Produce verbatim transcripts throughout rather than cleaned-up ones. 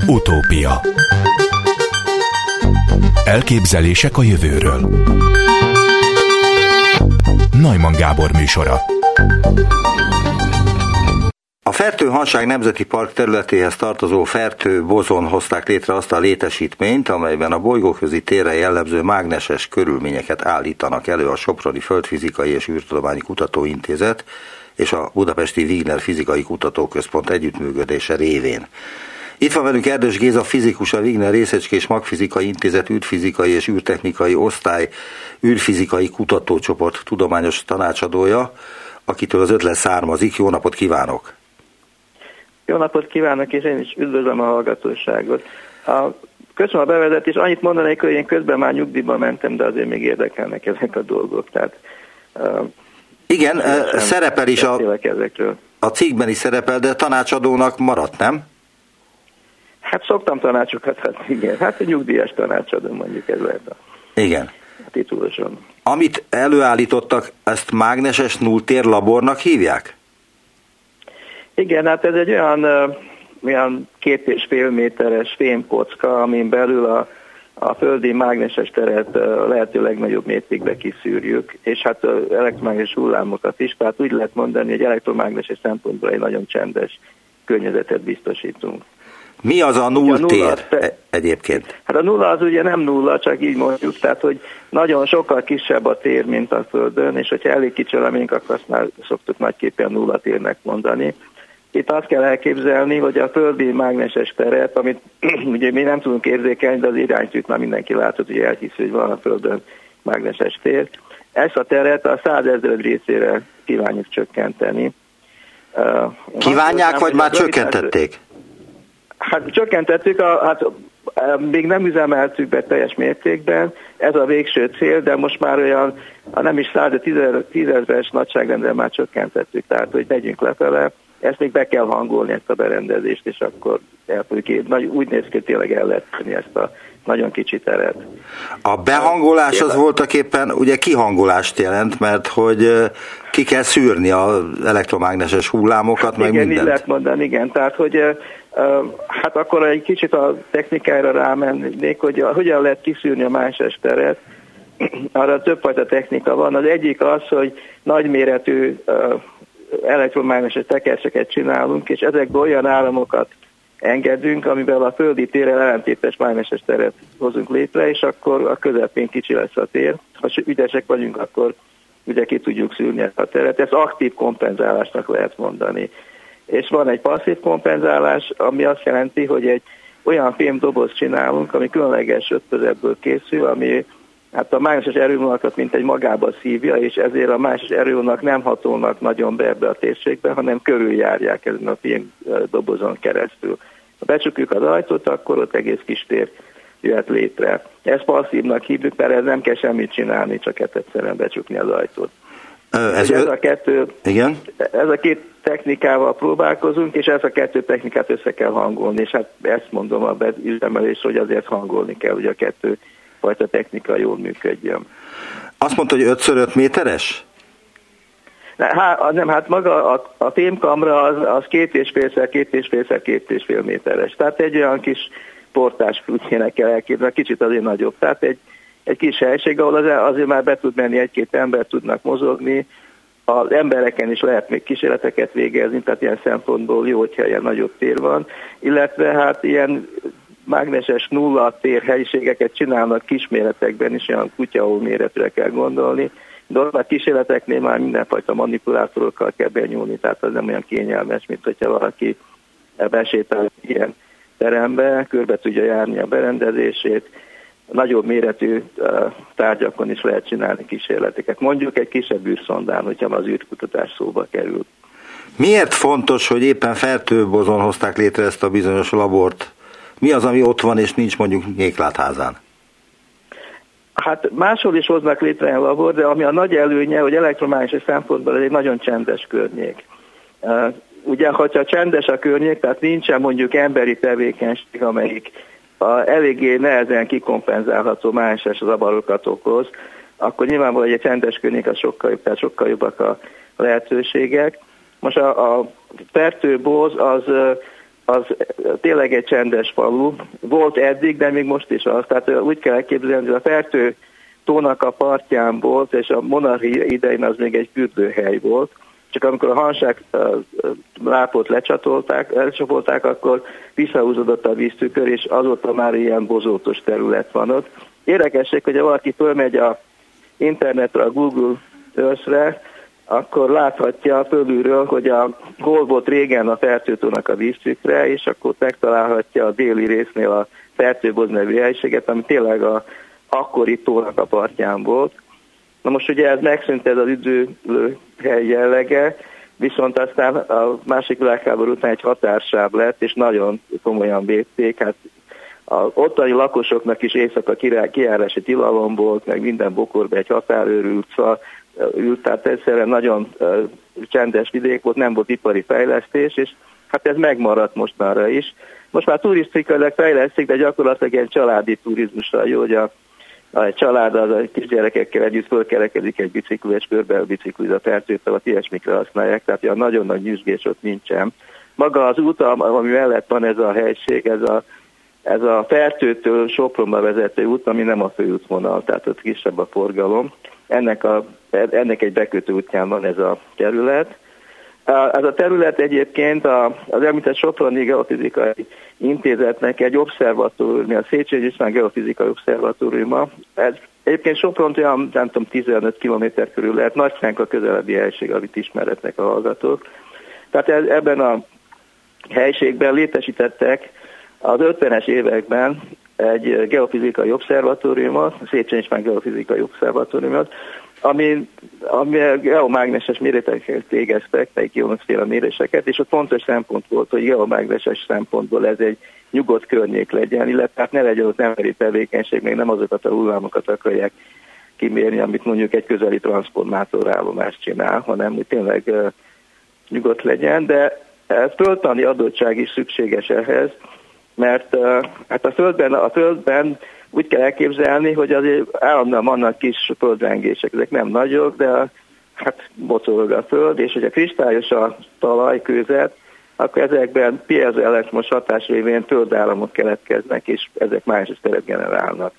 Utópia. Elképzelések a jövőről. Neumann Gábor műsora. A Fertő-Hanság Nemzeti Park területéhez tartozó Fertő-bozon hozták létre azt a létesítményt, amelyben a bolygóközi térre jellemző mágneses körülményeket állítanak elő a Soproni Földfizikai és űrtudományi Kutatóintézet és a budapesti Wigner Fizikai Kutatóközpont együttműködése révén. Itt van velünk Erdős Géza fizikus, a Wigner Részecskés Magfizikai Intézet űrfizikai és űrtechnikai osztály űrfizikai kutatócsoport tudományos tanácsadója, akitől az ötlet származik. Jó napot kívánok! Jó napot kívánok, és én is üdvözlöm a hallgatóságot. A, köszönöm a bevezetést, annyit mondanék, hogy én közben már nyugdíjba mentem, de azért még érdekelnek ezek a dolgok. Tehát, uh, Igen, uh, szerepel is a, a cikkben is szerepel, de tanácsadónak maradt, nem? Hát szoktam tanácsokat adni, igen. Hát a nyugdíjas tanácsadó, mondjuk ez lehet a, igen. a titulusom. Amit előállítottak, ezt mágneses nulltérlabornak hívják? Igen, hát ez egy olyan, olyan két és fél méteres fémkocka, amin belül a, a földi mágneses teret a lehető legnagyobb mértékben kiszűrjük, és hát elektromágneses hullámokat is, tehát úgy lehet mondani, hogy elektromágneses szempontból egy nagyon csendes környezetet biztosítunk. Mi az a nulltér nulla, te... egyébként? Hát a nulla az ugye nem nulla, csak így mondjuk, tehát hogy nagyon sokkal kisebb a tér, mint a Földön, és hogyha elég kicsi a reménk, akkor azt már szoktuk nagyképpen nulla térnek mondani. Itt azt kell elképzelni, hogy a földi mágneses teret, amit ugye mi nem tudunk érzékelni, de az iránytűt már mindenki látott, hogy elhisz, hogy van a Földön mágneses tér. Ezt a teret a százezred részére kívánjuk csökkenteni. Kívánják, azt, vagy már csökkentették? Hát csökkentettük, a, hát még nem üzemeltük be teljes mértékben, ez a végső cél, de most már olyan, nem is száz, de tízezres nagyságrendre már csökkentettük, tehát hogy megyünk lefele. Ezt még be kell hangolni, ezt a berendezést, és akkor el tudjuk, úgy néz ki, hogy tényleg el lehet tenni ezt a nagyon kicsi teret. A behangolás az voltak éppen ugye kihangolást jelent, mert hogy ki kell szűrni az elektromágneses hullámokat, meg igen, mindent. Igen, így lehet mondani, igen. Tehát, hogy hát akkor egy kicsit a technikára rámennék, hogy hogyan lehet kiszűrni a mágneses teret. Arra többfajta technika van. Az egyik az, hogy nagyméretű elektromágneses tekercseket csinálunk, és ezekből olyan áramokat engedünk, amivel a földi térrel ellentétes mágneses teret hozunk létre, és akkor a közepén kicsi lesz a tér. Ha ügyesek vagyunk, akkor ugye ki tudjuk szűrni ezt a teret. Ez aktív kompenzálásnak lehet mondani. És van egy passzív kompenzálás, ami azt jelenti, hogy egy olyan fémdobozt csinálunk, ami különleges ötvözetből készül, ami hát a mágneses erővonalakat mint egy magába szívja, és ezért a mágneses erővonalak nem hatolnak nagyon be ebbe a térségbe, hanem körüljárják ezen a fémdobozon keresztül. Ha becsukjuk az ajtót, akkor ott egész kis tér jöhet létre. Ezt passzívnak hívjuk, mert ez nem kell semmit csinálni, csak egyszerűen becsukni az ajtót. Ez, ez, a kettő, igen? ez a két technikával próbálkozunk, és ezt a kettő technikát össze kell hangolni, és hát ezt mondom a beüzemelés, hogy azért hangolni kell, hogy a kettő fajta technika jól működjön. Azt mondta, hogy ötször öt méteres? Há, nem, hát maga a, a fémkamra az, az két és félszer, két és félszer, két és fél méteres. Tehát egy olyan kis portás flutjének kell elképzelni, kicsit azért nagyobb. Tehát egy, egy kis helység, ahol az, azért már be tud menni, egy-két ember tudnak mozogni, az embereken is lehet még kísérleteket végezni, tehát ilyen szempontból jó, hogyha ilyen nagyobb tér van, illetve hát ilyen mágneses nulla tér helyiségeket csinálnak kisméretekben is, olyan kutyaó méretre kell gondolni, de ott a kísérleteknél már mindenfajta manipulátorokkal kell benyúlni, tehát az nem olyan kényelmes, mint hogyha valaki besétál ilyen terembe, körbe tudja járni a berendezését, nagyobb méretű tárgyakon is lehet csinálni kísérleteket. Mondjuk egy kisebb űrszondán, hogyha az űrkutatás szóba kerül. Miért fontos, hogy éppen Fertő-bozon hozták létre ezt a bizonyos labort? Mi az, ami ott van, és nincs mondjuk Nyéklátházán? Hát máshol is hoznak létre egy labor, de ami a nagy előnye, hogy elektromágneses szempontból ez egy nagyon csendes környék. Ugye, hogyha csendes a környék, tehát nincsen mondjuk emberi tevékenység, amelyik a eléggé nehezen kikompenzálható mágneses zavarokat okoz, akkor nyilvánvalóan egy csendes környék az sokkal jobb, tehát sokkal jobbak a lehetőségek. Most a, a Fertő-boz az az tényleg egy csendes falu. Volt eddig, de még most is az. Tehát úgy kell elképzelni, hogy a Fertő tónak a partján volt, és a monarchia idején az még egy fürdőhely volt. Csak amikor a Hanság lápot lecsatolták, lecsapolták, akkor visszahúzódott a víztükör, és azóta már ilyen bozótos terület van ott. Érdekesség, hogy ha valaki fölmegy a internetre, a Google Earth-re, akkor láthatja fölülről, hogy a, hol volt régen a Fertőtónak a víztükre, és akkor megtalálhatja a déli résznél a Fertőboz nevű helységet, ami tényleg a akkori tónak a partján volt. Na most ugye ez megszűnt, ez az üdülő hely jellege, viszont aztán a másik világháború után egy határsáv lett, és nagyon komolyan védték. Hát az ottani lakosoknak is éjszaka kijárási tilalom volt, meg minden bokorba egy határőr utca ült, tehát egyszerűen nagyon csendes vidék volt, nem volt ipari fejlesztés, és hát ez megmaradt mostanra is. Most már turisztikailag fejlesztik, de gyakorlatilag ilyen családi turizmusra jó, hogy a A család az a kisgyerekekkel együtt fölkerekedik egy bicikli, és körbe bicikliz a Fertőtavat, ilyesmikre használják, tehát olyan nagyon nagy nyüzsgés ott nincsen. Maga az út, ami mellett van ez a helység, ez a, ez a Fertőtől Sopronba vezető út, ami nem a főútvonal, tehát ott kisebb a forgalom. Ennek, a, ennek egy bekötő útján van ez a terület. Ez a terület egyébként az említett Soproni Geofizikai Intézetnek egy obszervatórium, a Széchenyi István Geofizikai Obszervatóriuma. Ez egyébként Sopront olyan, nem tudom, tizenöt kilométer körül lehet, Nagyszánka a közelebbi helység, amit ismeretnek a hallgatók. Tehát ebben a helységben létesítettek az ötvenes években egy geofizikai obszervatóriumot, a Széchenyi István Geofizikai Obszervatóriumot, ami, ami geomágneses méreteket végeztek, tehát ionozféra méréseket, és ott fontos szempont volt, hogy geomágneses szempontból ez egy nyugodt környék legyen, illetve hát ne legyen ott emberi tevékenység, még nem azokat a hullámokat akarják kimérni, amit mondjuk egy közeli transzformátorállomás csinál, hanem hogy tényleg uh, nyugodt legyen, de földtani adottság is szükséges ehhez, mert uh, hát a földben, a földben úgy kell elképzelni, hogy azért állandóan vannak kis földrengések, ezek nem nagyok, de hát bocorog a föld, és hogyha kristályos a talajkőzet, akkor ezekben piezoelektromos hatás révén földállamok keletkeznek, és ezek más teret generálnak.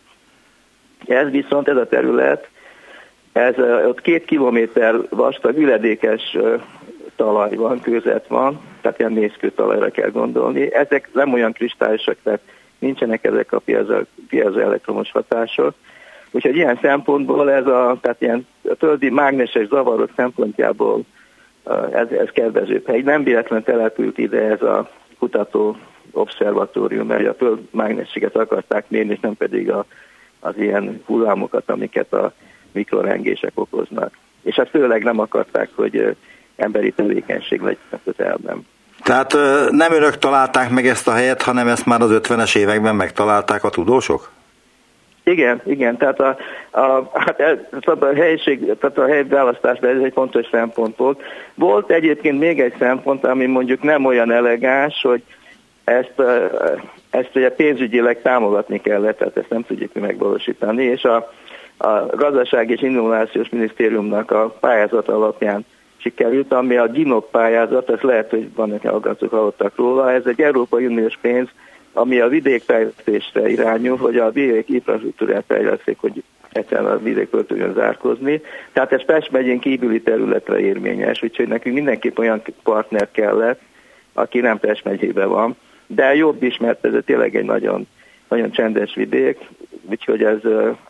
Ez viszont, ez a terület, ez ott két kilométer vastag üledékes talaj van, kőzet van, tehát ilyen mészkő talajra kell gondolni. Ezek nem olyan kristályosak, tehát nincsenek ezek a piezoelektromos hatások. Úgyhogy ilyen szempontból ez a, tehát ilyen a földi mágneses zavarok szempontjából ez, ez kedvezőbb hely. Nem véletlen települt ide ez a kutató obszervatórium, mert a föld mágnességet akarták mérni, és nem pedig a, az ilyen hullámokat, amiket a mikrorengések okoznak. És hát főleg nem akarták, hogy emberi tevékenység legyen a közelben. Tehát nem önök találták meg ezt a helyet, hanem ezt már az ötvenes években megtalálták a tudósok? Igen, igen, tehát a, a, hát a helység, tehát a helyválasztásban ez egy fontos szempont volt. Volt egyébként még egy szempont, ami mondjuk nem olyan elegáns, hogy ezt, ezt ugye pénzügyileg támogatni kellett, tehát ezt nem tudjuk megvalósítani, és a, a Gazdaság és Innovációs Minisztériumnak a pályázat alapján sikerült, ami a GINOP pályázat, ez lehet, hogy vannak hallgatók, hallottak róla, ez egy Európai Uniós pénz, ami a vidékfejlesztésre irányul, hogy a vidék infrastruktúrát fejleszték, hogy egyszerűen a vidékből tudjon zárkozni. Tehát ez Pest megyén kívüli területre érvényes, úgyhogy nekünk mindenképp olyan partner kellett, aki nem Pest megyében van, de jobb is, mert ez tényleg egy nagyon, nagyon csendes vidék, úgyhogy ez,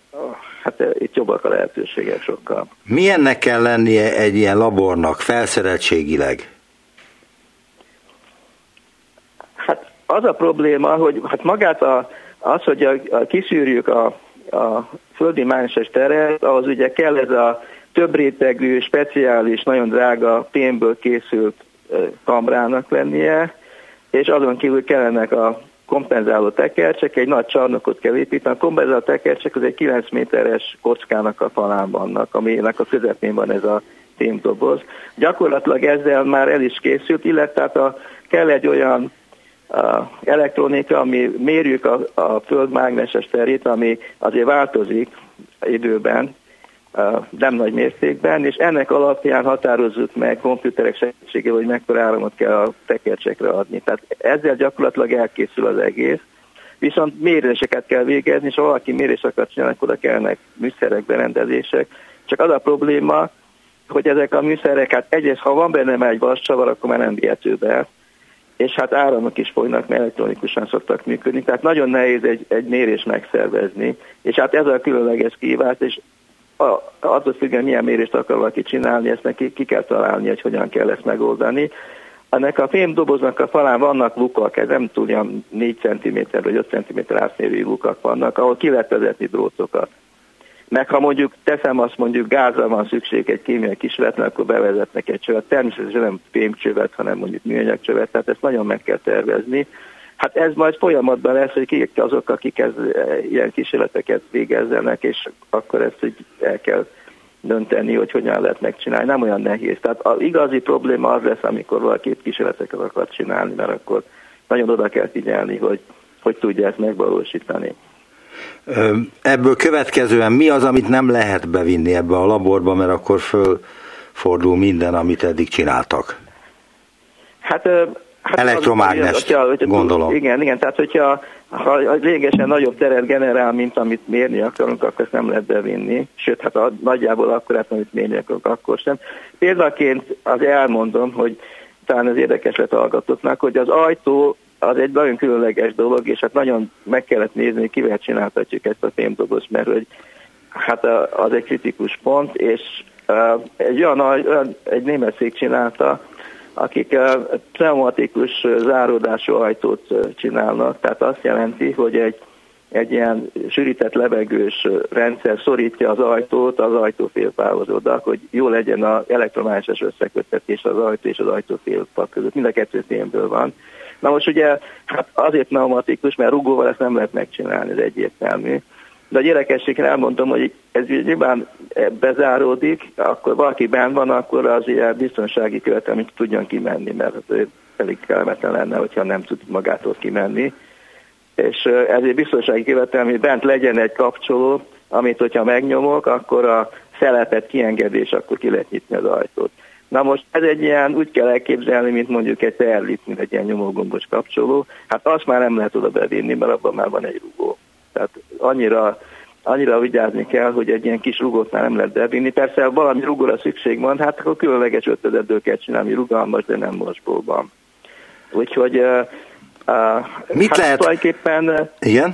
hát itt jobbak a lehetőségek sokkal. Milyennek kell lennie egy ilyen labornak felszereltségileg? Hát az a probléma, hogy hát magát a, az, hogy a, a kiszűrjük a, a földi mágneses teret, ahhoz ugye kell ez a több rétegű, speciális, nagyon drága pénzből készült kamrának lennie, és azon kívül kellenek a kompenzáló tekercsek, egy nagy csarnokot kell építeni. A kompenzáló tekercsek az egy kilenc méteres kockának a falán vannak, aminek a közepén van ez a fémdoboz. Gyakorlatilag ezzel már el is készült, illetve tehát a, kell egy olyan a elektronika, ami mérjük a, a föld mágneses terét, ami azért változik időben, nem nagy mértékben, és ennek alapján határozzuk meg komputerek segítségével, hogy mekkora áramot kell a tekercsekre adni. Tehát ezzel gyakorlatilag elkészül az egész, viszont méréseket kell végezni, és ha valaki mérés akar csinálni, akkor oda kellnek műszerek, berendezések. Csak az a probléma, hogy ezek a műszerek, hát egyrészt, ha van benne már egy vascsavar, akkor már nem vihető be, és hát áramok is folynak, mert elektronikusan szoktak működni, tehát nagyon nehéz egy, egy mérés megszervezni, és hát ez a különleges kihívás, és attól függően milyen mérést akar valaki csinálni, ezt neki ki kell találni, hogy hogyan kell ezt megoldani. Ennek a fémdoboznak a falán vannak lukak, ez nem túl olyan négy centiméter vagy öt centiméter átmérőjű lukak vannak, ahol ki lehet vezetni drótokat. Meg ha mondjuk, teszem azt mondjuk gázra van szükség egy kémiai kísérletre, akkor bevezetnek egy csövet, természetesen nem fémcsövet, hanem mondjuk műanyag csövet, tehát ezt nagyon meg kell tervezni. Hát ez majd folyamatban lesz, hogy kik azok, akik ez, ilyen kísérleteket végezzenek, és akkor ezt így el kell dönteni, hogy hogyan lehet megcsinálni. Nem olyan nehéz. Tehát az igazi probléma az lesz, amikor valaki kísérleteket akar csinálni, mert akkor nagyon oda kell figyelni, hogy hogy tudja ezt megvalósítani. Ebből következően mi az, amit nem lehet bevinni ebbe a laborba, mert akkor fölfordul minden, amit eddig csináltak? Hát... Hát elektromágnest, gondolom. Igen, igen, tehát hogyha ha lényegesen nagyobb teret generál, mint amit mérni akarunk, akkor ezt nem lehet bevinni. Sőt, hát a, nagyjából akkor, hát, amit mérni akarunk, akkor sem. Példaként az elmondom, hogy talán ez érdekes lett hallgatóknak, hogy az ajtó az egy nagyon különleges dolog, és hát nagyon meg kellett nézni, hogy kivel csináltatjuk ezt a fémdobozt, mert hogy hát az egy kritikus pont, és egy olyan, olyan egy német cég csinálta, akik pneumatikus záródású ajtót csinálnak, tehát azt jelenti, hogy egy, egy ilyen sűrített levegős rendszer szorítja az ajtót az ajtófélfához oda, hogy jó legyen az elektromágneses összeköttetés az ajtó és az ajtófélfa között. Mind a kettő fémből van. Na most ugye hát azért pneumatikus, mert rugóval ezt nem lehet megcsinálni, ez egyértelmű. De a gyerekességre elmondom, hogy ez nyilván bezáródik, akkor valaki benn van, akkor az ilyen biztonsági követelmény tudjon kimenni, mert elég kellemetlen lenne, hogyha nem tud magától kimenni. És ezért biztonsági követelmény, bent legyen egy kapcsoló, amit hogyha megnyomok, akkor a szelepet kiengedés, akkor ki lehet nyitni az ajtót. Na most ez egy ilyen, úgy kell elképzelni, mint mondjuk egy terlit, mint egy ilyen nyomógombos kapcsoló. Hát azt már nem lehet oda bevinni, mert abban már van egy rugó. Tehát annyira, annyira vigyázni kell, hogy egy ilyen kis rugót már nem lehet bevinni. Persze, ha valami rugóra szükség van, hát akkor különleges ötvezetből kell csinálni, rugalmas, de nem mosbóban. Úgyhogy uh, uh, mit hát lehet? Tulajdonképpen, igen?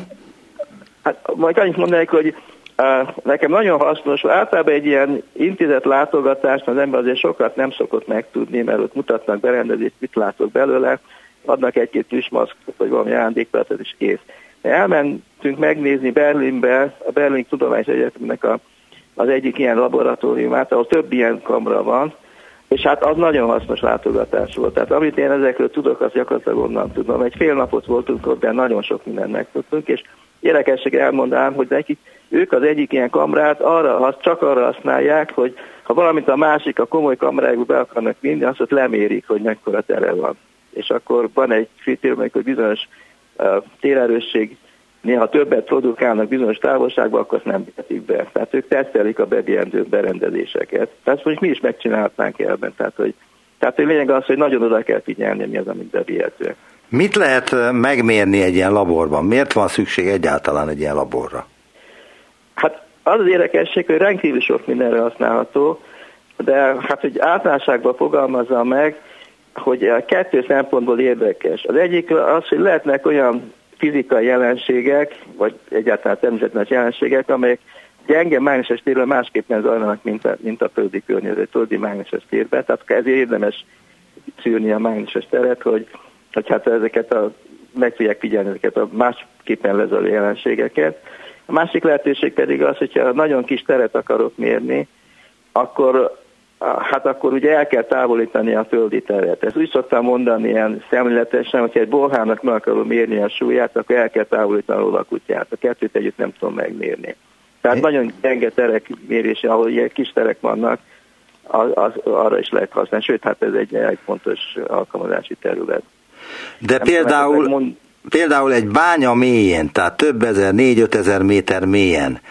Hát majd annyit mondanék, hogy uh, nekem nagyon hasznos, általában egy ilyen intézet látogatást az ember azért sokat nem szokott megtudni, mert ott mutatnak berendezést, mit látok belőle, adnak egy-két tűzmaszkot, vagy valami ajándékletet, és kész. Elmentünk megnézni Berlinbe, a Berlin Tudományos Egyetemnek a, az egyik ilyen laboratóriumát, ahol több ilyen kamra van, és hát az nagyon hasznos látogatás volt. Tehát amit én ezekről tudok, azt gyakorlatilag onnan tudom. Egy fél napot voltunk ott, de nagyon sok mindent megtudtunk, és érdekesség elmondanám, hogy nekik ők az egyik ilyen kamrát arra, csak arra használják, hogy ha valamit a másik, a komoly kamrájukba be akarnak vinni, azt ott lemérik, hogy mekkora tere van. És akkor van egy kritérium, hogy bizonyos uh, térerősség, néha többet produkálnak bizonyos távolságban, akkor azt nem vetik be. Tehát ők tesztelik a beviendő berendezéseket. Tehát most mi is megcsinálhatnánk ebben. Tehát, hogy, tehát hogy lényeg az, hogy nagyon oda kell figyelni, mi az, amit bevihető. Mit lehet megmérni egy ilyen laborban? Miért van szükség egyáltalán egy ilyen laborra? Hát az az érdekesség, hogy rendkívül sok mindenre használható, de hát, hogy általánosságban fogalmazza meg, hogy kettő szempontból érdekes. Az egyik az, hogy lehetnek olyan fizikai jelenségek, vagy egyáltalán természetes jelenségek, amelyek gyenge mágneses térben másképpen zajlanak, mint a, mint a földi környezet, földi mágneses térben. Tehát ezért érdemes szűrni a mágneses teret, hogy, hogy hát ezeket a, meg tudják figyelni ezeket a másképpen lezajló jelenségeket. A másik lehetőség pedig az, hogyha nagyon kis teret akarok mérni, akkor hát akkor ugye el kell távolítani a földi teret. Ezt úgy szoktam mondani ilyen szemléletesen, hogyha egy bolhának meg akarom mérni a súlyát, akkor el kell távolítani a kutyát. A kettőt együtt nem tudom megmérni. Tehát nagyon gyenge terek mérése, ahol ilyen kis terek vannak, az, az, arra is lehet használni. Sőt, hát ez egy, egy fontos alkalmazási terület. De nem például, mond... például egy bánya mélyén, tehát több ezer, négy-öt ezer méter mélyen,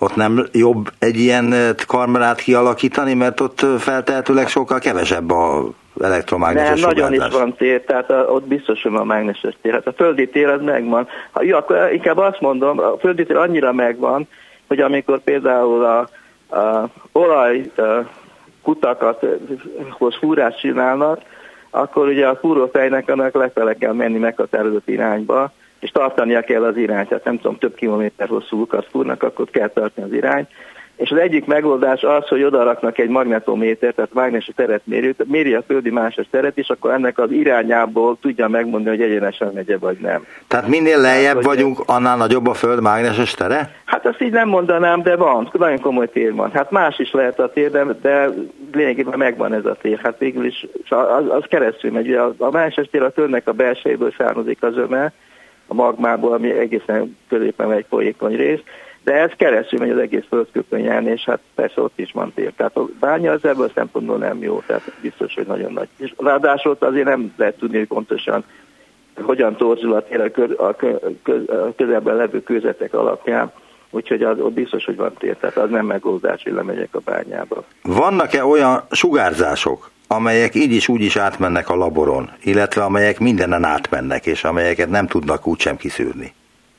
ott nem jobb egy ilyen kamerát kialakítani, mert ott feltehetőleg sokkal kevesebb a elektromágneses Nem, sugárzás. nagyon is van tér, tehát a, ott biztos, hogy van mágneses tér. Hát a földi tér az megvan. Ha, jó, akkor inkább azt mondom, a földi tér annyira megvan, hogy amikor például a, a olaj a kutakat hoz fúrást csinálnak, akkor ugye a fúrófejnek annak lefele kell menni meghatározott irányba, és tartania kell az irányt, tehát nem tudom, több kilométer hosszú lukat fúrnak, akkor kell tartani az irányt. És az egyik megoldás az, hogy odaraknak egy magnetométert, tehát mágneses teret mérőt, méri a földi mágneses teret, és akkor ennek az irányából tudja megmondani, hogy egyenesen megye vagy nem. Tehát minél lejjebb hát, vagyunk, annál nagyobb a föld mágneses tere? Hát azt így nem mondanám, de van, nagyon komoly tér van. Hát más is lehet a tér, de, de lényegében megvan ez a tér. Hát végül is az, az keresztül megy. A, a mágneses tér a földnek a belsejéből származik az öme, a magmából, ami egészen középen egy folyékony rész, de ez keresztül megy az egész földköpönyen, és hát persze ott is van tér. Tehát a bánya az ebből a szempontból nem jó, tehát biztos, hogy nagyon nagy. És ráadásul azért nem lehet tudni, hogy pontosan hogyan torzul a tér a, kö, a, kö, a közelben levő kőzetek alapján, úgyhogy az, ott biztos, hogy van tér, tehát az nem megoldás, hogy lemegyek a bányába. Vannak-e olyan sugárzások, amelyek így is úgy is átmennek a laboron, illetve amelyek mindenen átmennek, és amelyeket nem tudnak úgysem kiszűrni?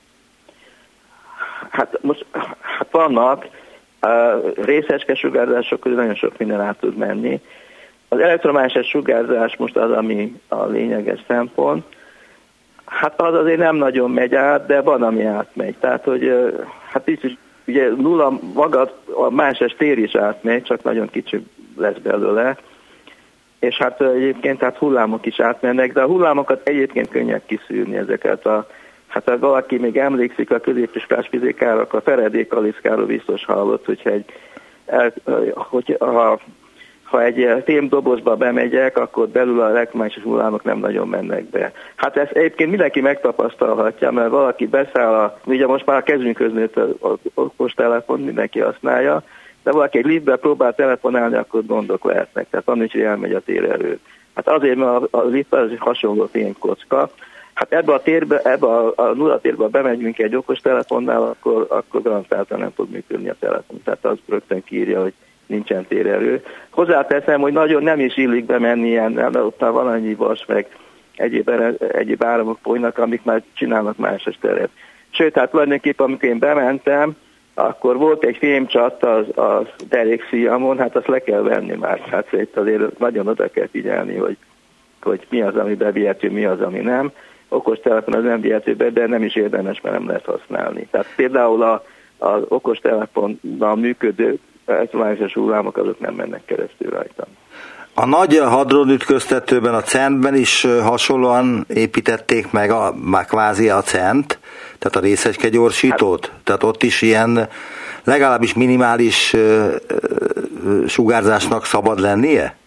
Hát most hát vannak uh, részecske sugárzások közül nagyon sok minden át tud menni. Az elektromágneses sugárzás most az, ami a lényeges szempont. Hát az azért nem nagyon megy át, de van, ami átmegy. Tehát, hogy uh, hát így is, ugye nulla maga a mágneses tér is átmegy, csak nagyon kicsi lesz belőle. És hát egyébként hát hullámok is átmennek, de a hullámokat egyébként könnyebb kiszűrni ezeket a. Hát ha valaki még emlékszik a középiskolás fizikára, akkor a Faraday kaliszkáról biztos hallott, hogyha egy, hogy ha, ha egy fémdobozba bemegyek, akkor belül a elektromágneses hullámok nem nagyon mennek be. Hát ezt egyébként mindenki megtapasztalhatja, mert valaki beszáll, a, ugye most már a kezünkhöz nőtt az okostelefon, mindenki használja, de valaki egy liftbe próbál telefonálni, akkor gondok lehetnek, tehát van, hogy elmegy a térerő. Hát azért, mert a, a lift az hasonló fémkocka. Hát ebbe a térbe, ebbe a, a nulla térbe bemegyünk egy okostelefonnál, akkor, akkor garantáltan nem tud működni a telefon. Tehát az rögtön kiírja, hogy nincsen térerő. Hozzáteszem, hogy nagyon nem is illik bemenni ilyen, mert ott már van annyi vas, meg egyéb, egyéb áramok folynak, amik már csinálnak másos teret. Sőt, hát tulajdonképpen, amikor én bementem, akkor volt egy fémcsat az, az derékszíjamon, hát azt le kell venni már. Hát itt azért nagyon oda kell figyelni, hogy, hogy mi az, ami bevihető, mi az, ami nem. Okostelefon az nem vihető be, de nem is érdemes, mert nem lehet használni. Tehát például a, az okostelefonnal működő elektromágneses hullámok azok nem mennek keresztül rajta. A nagy hadronütköztetőben, a centben is hasonlóan építették meg a, már kvázi a cent, tehát a részecske gyorsítót, hát, tehát ott is ilyen legalábbis minimális uh, uh, sugárzásnak szabad lennie?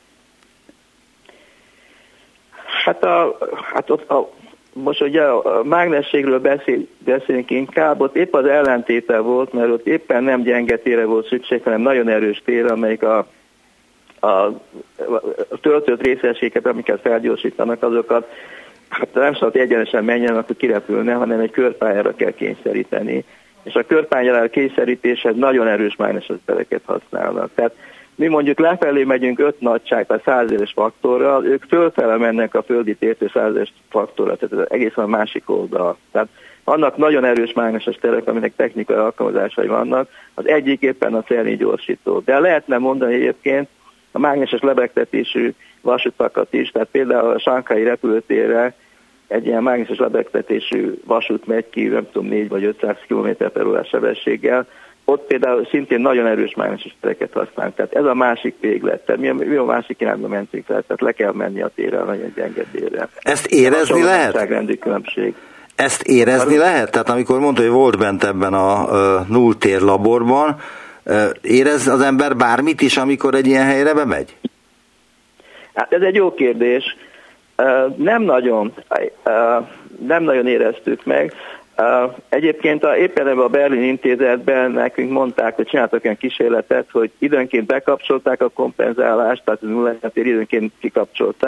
Hát, a, hát ott a, most ugye a mágnességről beszél, beszélünk inkább, ott épp az ellentéte volt, mert ott éppen nem gyenge térre volt szükség, hanem nagyon erős térre, amelyik a a töltött részecskeket, amiket felgyorsítanak, azokat hát nem szabad egyenesen menjen, akkor kirepülne, hanem egy körpályára kell kényszeríteni. És a körpályára kényszerítéshez nagyon erős mágneses tereket használnak. Tehát mi mondjuk lefelé megyünk öt nagyság, tehát százeres faktorral, ők fölfele mennek a földi tértől százeres faktorral, tehát ez egészen a másik oldal. Tehát vannak nagyon erős mágneses terek, aminek technikai alkalmazásai vannak, az egyik éppen a Czerny gyorsító. De lehetne mondani egyébként a mágneses lebegtetésű vasutakat is, tehát például a Sanghai repülőtérre egy ilyen mágneses lebegtetésű vasút megy ki, nem tudom, négy vagy ötszáz kilométer per órás sebességgel, ott például szintén nagyon erős mágneses tereket használunk. Tehát ez a másik véglet. Tehát mi a, mi a másik irányba mentünk fel, tehát le kell menni a térre, a nagyon gyenge térre. Ezt érezni lehet? Különbség. Ezt érezni Arra... lehet? Tehát amikor mondta, hogy volt bent ebben a uh, nulltér laborban, uh, érez az ember bármit is, amikor egy ilyen helyre bemegy? Hát ez egy jó kérdés. Uh, nem nagyon, uh, nem nagyon éreztük meg. Uh, egyébként a, éppen ebben a Berlin intézetben nekünk mondták, hogy csináltak olyan kísérletet, hogy időnként bekapcsolták a kompenzálást, tehát a nulla tér időnként kikapcsolták,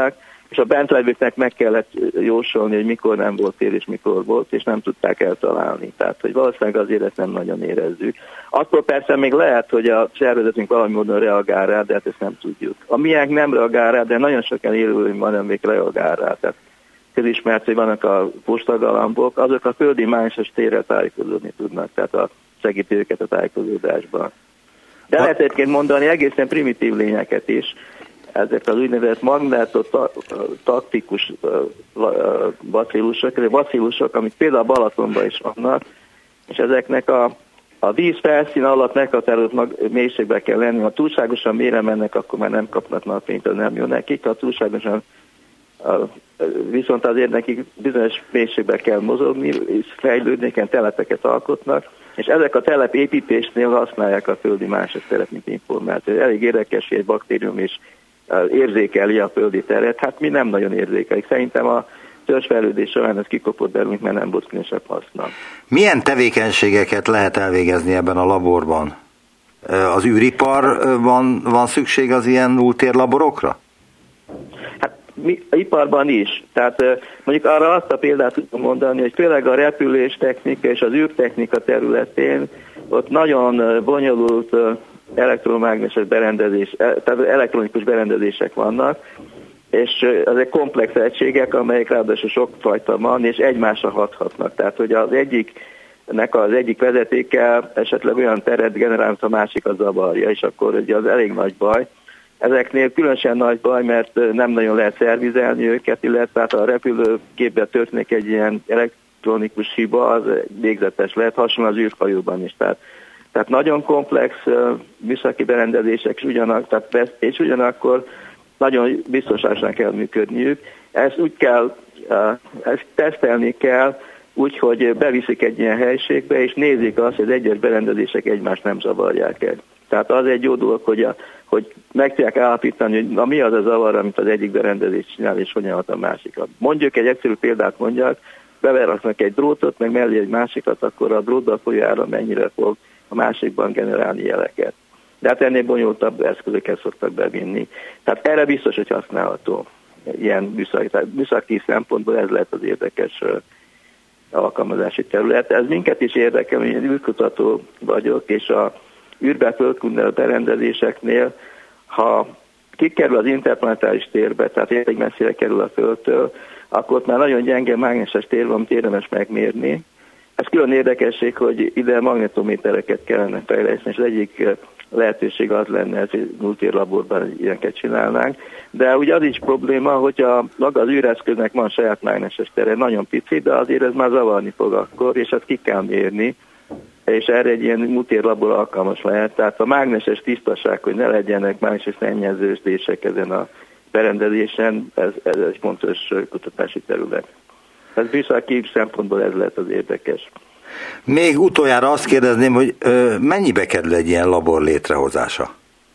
és a bentlevőknek meg kellett jósolni, hogy mikor nem volt tél és mikor volt, és nem tudták eltalálni. Tehát, hogy valószínűleg azért ezt nem nagyon érezzük. Attól persze még lehet, hogy a szervezetünk valami módon reagál rá, de hát ezt nem tudjuk. A miénk nem reagál rá, de nagyon sokan élőlény van, amelyik reagál rá. Tehát közismert, hogy vannak a postagalambok, azok a földi mágneses térrel tájékozódni tudnak, tehát a segíti őket a tájékozódásban. De lehet egyébként mondani egészen primitív lényeket is, ezek az úgynevezett magnetotaktikus bacillusok, bacillusok, amik például a Balatonban is vannak, és ezeknek a, a víz felszín alatt meghatározott mélységbe kell lenni. Ha túlságosan mélyre mennek, akkor már nem kapnak napfényt, az nem jó nekik. Ha túlságosan, viszont azért nekik bizonyos mélységbe kell mozogni, és fejlődni, kell telepeket alkotnak, és ezek a telepépítésnél használják a földi mágneses teret, mint információ. Elég érdekes, hogy egy baktérium is érzékeli a földi teret, hát mi nem nagyon érzékelik. Szerintem a törzsfejlődés során ez kikopott belünk, mert nem volt különösebb haszna. Milyen tevékenységeket lehet elvégezni ebben a laborban? Az űriparban van szükség az ilyen nulltérlaborokra? Hát mi, a iparban is. Tehát mondjuk arra azt a példát tudom mondani, hogy főleg a repüléstechnika és az űrtechnika területén ott nagyon bonyolult elektromágneses berendezés, tehát elektronikus berendezések vannak, és ezek komplex egységek, amelyek ráadásul sokfajta van, és egymásra hathatnak. Tehát, hogy az egyiknek az egyik vezetéke esetleg olyan teret generál, hogy a másik az zavarja, és akkor ugye az elég nagy baj. Ezeknél különösen nagy baj, mert nem nagyon lehet szervizelni őket, illetve hát a repülőgépben történik egy ilyen elektronikus hiba, az végzetes lehet, hasonló az űrhajóban is. Tehát Tehát nagyon komplex uh, műszaki berendezések, és, ugyanak, tehát, és ugyanakkor nagyon biztoságosan kell működniük. Ezt úgy kell, uh, ezt tesztelni kell, úgy, hogy beviszik egy ilyen helyiségbe, és nézik azt, hogy az egyes berendezések egymást nem zavarják el. Tehát az egy jó dolog, hogy, a, hogy meg tudják állapítani, hogy na, mi az a zavar, amit az egyik berendezés csinál, és hogyan hat a másikat. Mondjuk egy egyszerű példát mondjak, beveraknak egy drótot, meg mellé egy másikat, akkor a drótba folyó áram mennyire fog a másikban generálni jeleket. De hát ennél bonyolultabb eszközöket szoktak bevinni. Tehát erre biztos, hogy használható ilyen műszaki, tehát műszaki szempontból ez lehet az érdekes alkalmazási terület. Ez minket is érdekel, hogy én űrkutató vagyok, és a űrbe földkundel berendezéseknél, ha kikerül az interplanetáris térbe, tehát elég messzire kerül a Földtől, akkor ott már nagyon gyenge mágneses tér van, amit érdemes megmérni. Ez külön érdekesség, hogy ide magnetométereket kellene fejleszteni, és az egyik lehetőség az lenne, hogy nulltérlaborban ilyeneket csinálnánk. De ugye az is probléma, hogy a, maga az űreszköznek van saját mágneses tere, nagyon pici, de azért ez már zavarni fog akkor, és ezt ki kell mérni, és erre egy ilyen nulltérlabor alkalmas lehet. Tehát a mágneses tisztaság, hogy ne legyenek mágneses szennyeződések ezen a berendezésen, ez, ez egy fontos kutatási terület. Ez műszaki szempontból ez lehet az érdekes. Még utoljára azt kérdezném, hogy ö, mennyibe kerül egy ilyen labor létrehozása?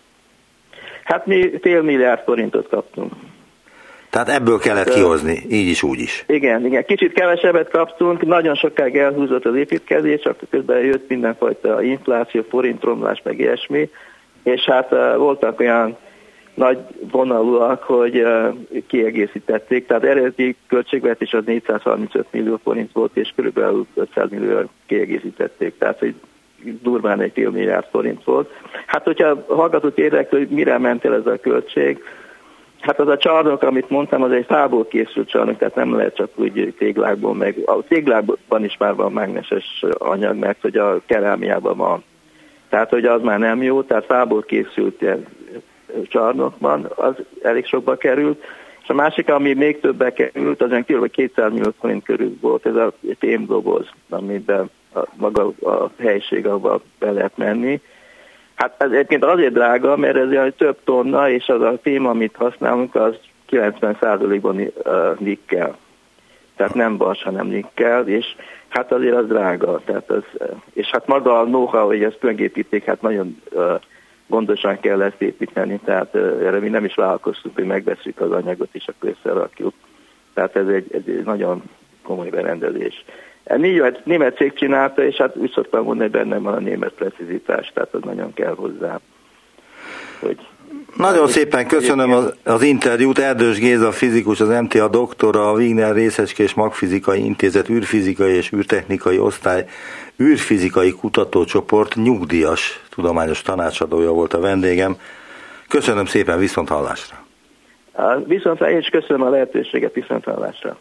Hát mi fél milliárd forintot kaptunk. Tehát ebből kellett hát, kihozni, így is, úgy is. Igen, igen. Kicsit kevesebbet kaptunk, nagyon sokáig elhúzott az építkezés, csak közben jött mindenfajta infláció, forintromlás, meg ilyesmi, és hát uh, voltak olyan nagy vonalúak, hogy uh, kiegészítették, tehát eredeti költségvetés az négyszázharmincöt millió forint volt, és körülbelül ötszáz millió kiegészítették, tehát hogy durván egy fél milliárd forint volt. Hát, hogyha hallgatót érdekel, hogy mire ment el ez a költség, hát az a csarnok, amit mondtam, az egy fából készült csarnok, tehát nem lehet csak úgy téglákból, meg a téglákban is már van mágneses anyag, mert hogy a kerámiában van. Tehát, hogy az már nem jó, tehát fából készült ilyen csarnokban, az elég sokba került, és a másik, ami még többbe került, az olyan kb. kétszáz millió forint körül volt, ez a fémdoboz, amiben a, maga a helység, ahova be lehet menni. Hát ez egyébként azért drága, mert ez olyan több tonna, és az a fém, amit használunk, az kilencven százalékban nikkel. Tehát nem vas, hanem nikkel, és hát azért az drága. Tehát az, és hát maga a know-how, hogy ezt megépítik, hát nagyon gondosan kell ezt építeni, tehát erre mi nem is vállalkoztunk, hogy megveszünk az anyagot, és akkor összerakjuk. Tehát ez egy, egy nagyon komoly berendezés. Német, német cég csinálta, és hát úgy szoktam mondani, hogy bennem van a német precizitás, tehát az nagyon kell hozzá. Hogy... Nagyon szépen köszönöm az, az interjút. Erdős Géza fizikus, az em té á doktora, a Wigner Részecskés Magfizikai Intézet űrfizikai és űrtechnikai osztály űrfizikai kutatócsoport nyugdíjas tudományos tanácsadója volt a vendégem. Köszönöm szépen, viszont hallásra. Viszont én is köszönöm a lehetőséget, viszont hallásra.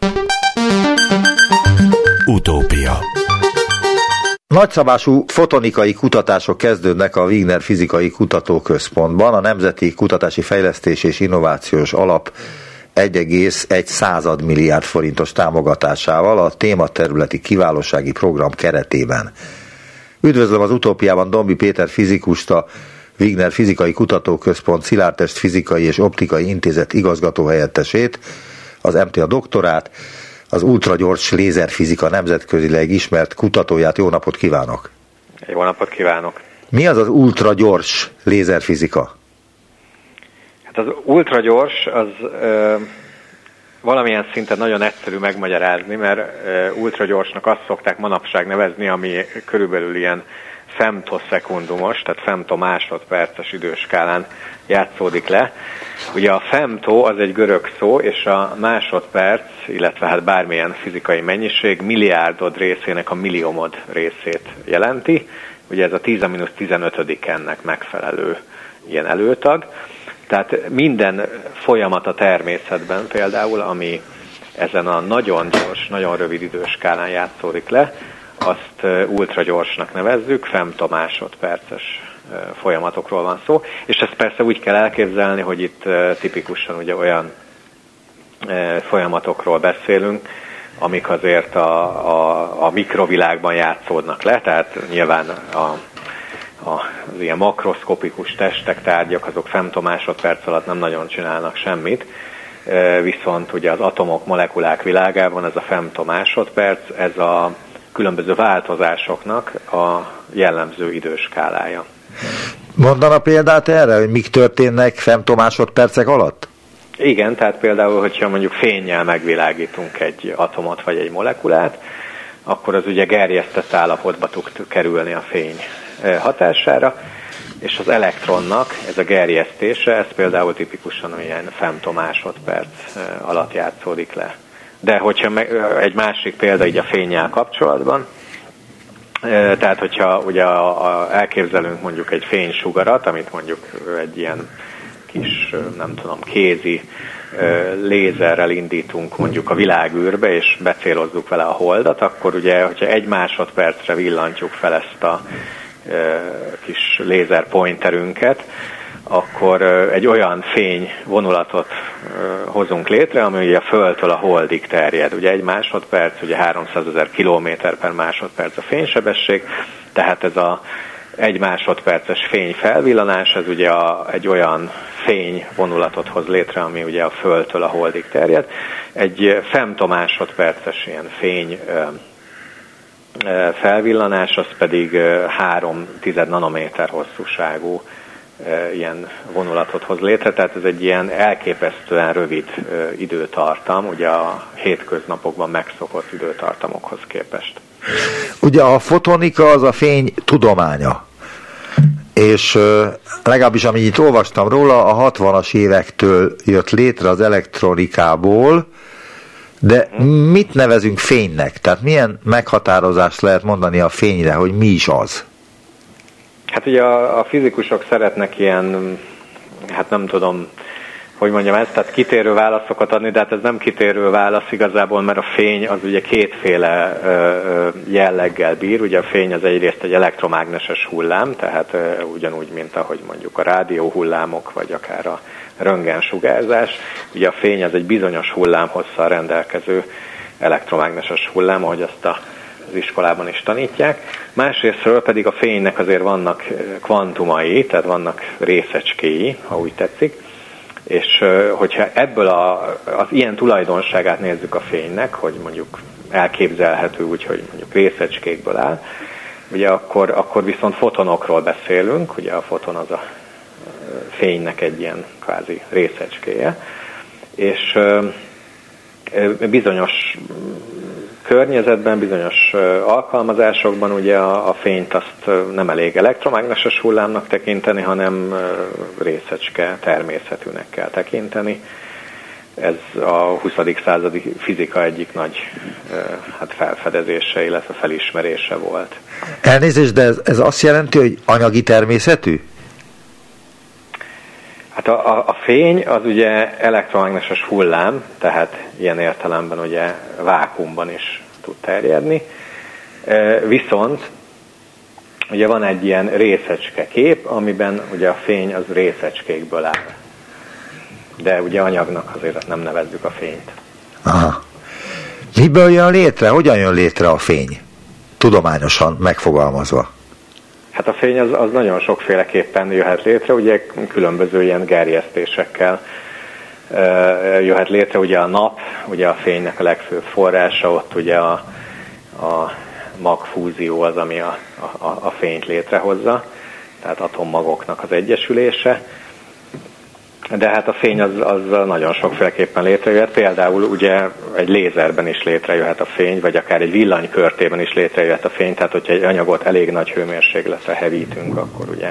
Utópia. Nagyszabású fotonikai kutatások kezdődnek a Wigner Fizikai Kutatóközpontban. A Nemzeti Kutatási Fejlesztés és Innovációs Alap egy egész egy milliárd forintos támogatásával a tématerületi kiválósági program keretében. Üdvözlöm az Utópiában Dombi Péter fizikust, a Wigner Fizikai Kutatóközpont Szilárdtest Fizikai és Optikai Intézet igazgatóhelyettesét, az em té á doktorát, az ultragyors lézerfizika nemzetközileg ismert kutatóját. Jó napot kívánok! Jó napot kívánok! Mi az az ultragyors lézerfizika? Hát az ultragyors az ö, valamilyen szinten nagyon egyszerű megmagyarázni, mert ö, ultragyorsnak azt szokták manapság nevezni, ami körülbelül ilyen femtoszekundumos, tehát femtomásodperces időskálán játszódik le. Ugye a femto az egy görög szó, és a másodperc, illetve hát bármilyen fizikai mennyiség milliárdod részének a milliomod részét jelenti. Ugye ez a tíz a mínusz tizenötödik ennek megfelelő ilyen előtag. Tehát minden folyamat a természetben például, ami ezen a nagyon gyors, nagyon rövid időskálán játszódik le, azt ultragyorsnak nevezzük, femtomásodperces folyamatokról van szó, és ezt persze úgy kell elképzelni, hogy itt tipikusan ugye olyan folyamatokról beszélünk, amik azért a, a, a mikrovilágban játszódnak le, tehát nyilván a, a, az ilyen makroszkopikus testek, tárgyak, azok femtomásodperc alatt nem nagyon csinálnak semmit, viszont ugye az atomok, molekulák világában ez a femtomásodperc, ez a különböző változásoknak a jellemző időskálája. Mondana példát erre, hogy mik történnek femtomásodpercek alatt? Igen, tehát például, hogyha mondjuk fénnyel megvilágítunk egy atomot vagy egy molekulát, akkor az ugye gerjesztett állapotba tud kerülni a fény hatására, és az elektronnak ez a gerjesztése, ez például tipikusan ilyen femtomásodperc alatt játszódik le. De hogyha egy másik példa így a fénnyel kapcsolatban, tehát hogyha ugye a, a, elképzelünk mondjuk egy fénysugarat, amit mondjuk egy ilyen kis, nem tudom, kézi lézerrel indítunk mondjuk a világűrbe, és becélozzuk vele a holdat, akkor ugye, hogyha egy másodpercre villantjuk fel ezt a kis lézer pointerünket, akkor egy olyan fényvonulatot hozunk létre, ami ugye a Földtől a Holdig terjed. Ugye egy másodperc, ugye háromszázezer kilométer per másodperc a fénysebesség, tehát ez a egy másodperces fényfelvillanás, ez ugye a, egy olyan fényvonulatot hoz létre, ami ugye a Földtől a Holdig terjed. Egy femtomásodperces ilyen fény felvillanás, az pedig három tized nanométer hosszúságú ilyen vonulatot hoz létre, tehát ez egy ilyen elképesztően rövid időtartam, ugye a hétköznapokban megszokott időtartamokhoz képest. Ugye a fotonika az a fény tudománya, és legalábbis amit itt olvastam róla, a hatvanas évektől jött létre az elektronikából, de mit nevezünk fénynek? Tehát milyen meghatározást lehet mondani a fényre, hogy mi is az? Hát ugye a, a fizikusok szeretnek ilyen, hát nem tudom, hogy mondjam ezt, tehát kitérő válaszokat adni, de hát ez nem kitérő válasz igazából, mert a fény az ugye kétféle ö, jelleggel bír. Ugye a fény az egyrészt egy elektromágneses hullám, tehát ö, ugyanúgy, mint ahogy mondjuk a rádióhullámok, vagy akár a röntgensugárzás. Ugye a fény az egy bizonyos hullámhosszal rendelkező elektromágneses hullám, ahogy azt a az iskolában is tanítják. Másrésztről pedig a fénynek azért vannak kvantumai, tehát vannak részecskéi, ha úgy tetszik, és hogyha ebből a, az ilyen tulajdonságát nézzük a fénynek, hogy mondjuk elképzelhető úgy, hogy mondjuk részecskékből áll, ugye akkor, akkor viszont fotonokról beszélünk, ugye a foton az a fénynek egy ilyen kvázi részecskéje, és bizonyos környezetben, bizonyos alkalmazásokban ugye a, a fényt azt nem elég elektromágneses hullámnak tekinteni, hanem részecske természetűnek kell tekinteni. Ez a huszadik századi fizika egyik nagy hát felfedezése, illetve felismerése volt. Elnézést, de ez, ez azt jelenti, hogy anyagi természetű? Hát a, a, a fény az ugye elektromágneses hullám, tehát ilyen értelemben ugye vákuumban is tud terjedni. E, viszont ugye van egy ilyen részecske kép, amiben ugye a fény az részecskékből áll. De ugye anyagnak azért nem nevezzük a fényt. Aha. Miből jön létre? Hogyan jön létre a fény? Tudományosan megfogalmazva. Hát a fény az, az nagyon sokféleképpen jöhet létre, ugye különböző ilyen gerjesztésekkel jöhet létre, ugye a nap, ugye a fénynek a legfőbb forrása, ott ugye a, a magfúzió az, ami a, a, a fényt létrehozza, tehát atommagoknak az egyesülése. De hát a fény az, az nagyon sokféleképpen létrejöhet, például ugye egy lézerben is létrejöhet a fény, vagy akár egy villanykörtében is létrejöhet a fény, tehát hogyha egy anyagot elég nagy hőmérsékletre hevítünk, akkor ugye